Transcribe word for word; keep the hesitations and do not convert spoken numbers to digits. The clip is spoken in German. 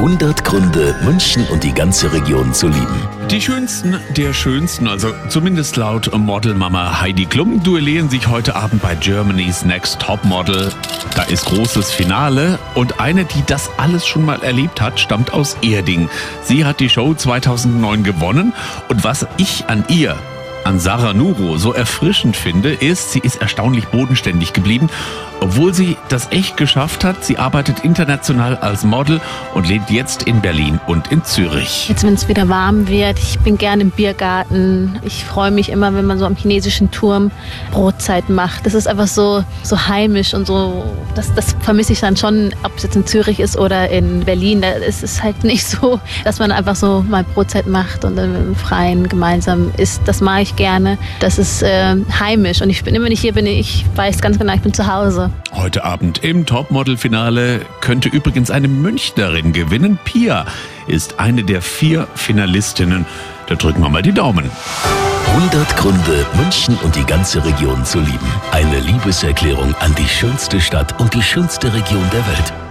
hundert Gründe, München und die ganze Region zu lieben. Die schönsten der schönsten, also zumindest laut Modelmama Heidi Klum, duellieren sich heute Abend bei Germany's Next Topmodel. Da ist großes Finale und eine, die das alles schon mal erlebt hat, stammt aus Erding. Sie hat die Show zweitausendneun gewonnen und was ich an ihr, an Sarah Nuro, so erfrischend finde, ist, sie ist erstaunlich bodenständig geblieben, obwohl sie das echt geschafft hat. Sie arbeitet international als Model und lebt jetzt in Berlin und in Zürich. Jetzt, wenn es wieder warm wird, ich bin gerne im Biergarten. Ich freue mich immer, wenn man so am chinesischen Turm Brotzeit macht. Das ist einfach so, so heimisch und so, das, das vermisse ich dann schon, ob es jetzt in Zürich ist oder in Berlin. Da ist es halt nicht so, dass man einfach so mal Brotzeit macht und dann im Freien gemeinsam isst. Das mag ich gerne. Das ist äh, heimisch und ich bin immer, wenn ich hier bin, ich weiß ganz genau, ich bin zu Hause. Heute Abend im Topmodel-Finale könnte übrigens eine Münchnerin gewinnen. Pia ist eine der vier Finalistinnen. Da drücken wir mal die Daumen. hundert Gründe, München und die ganze Region zu lieben. Eine Liebeserklärung an die schönste Stadt und die schönste Region der Welt.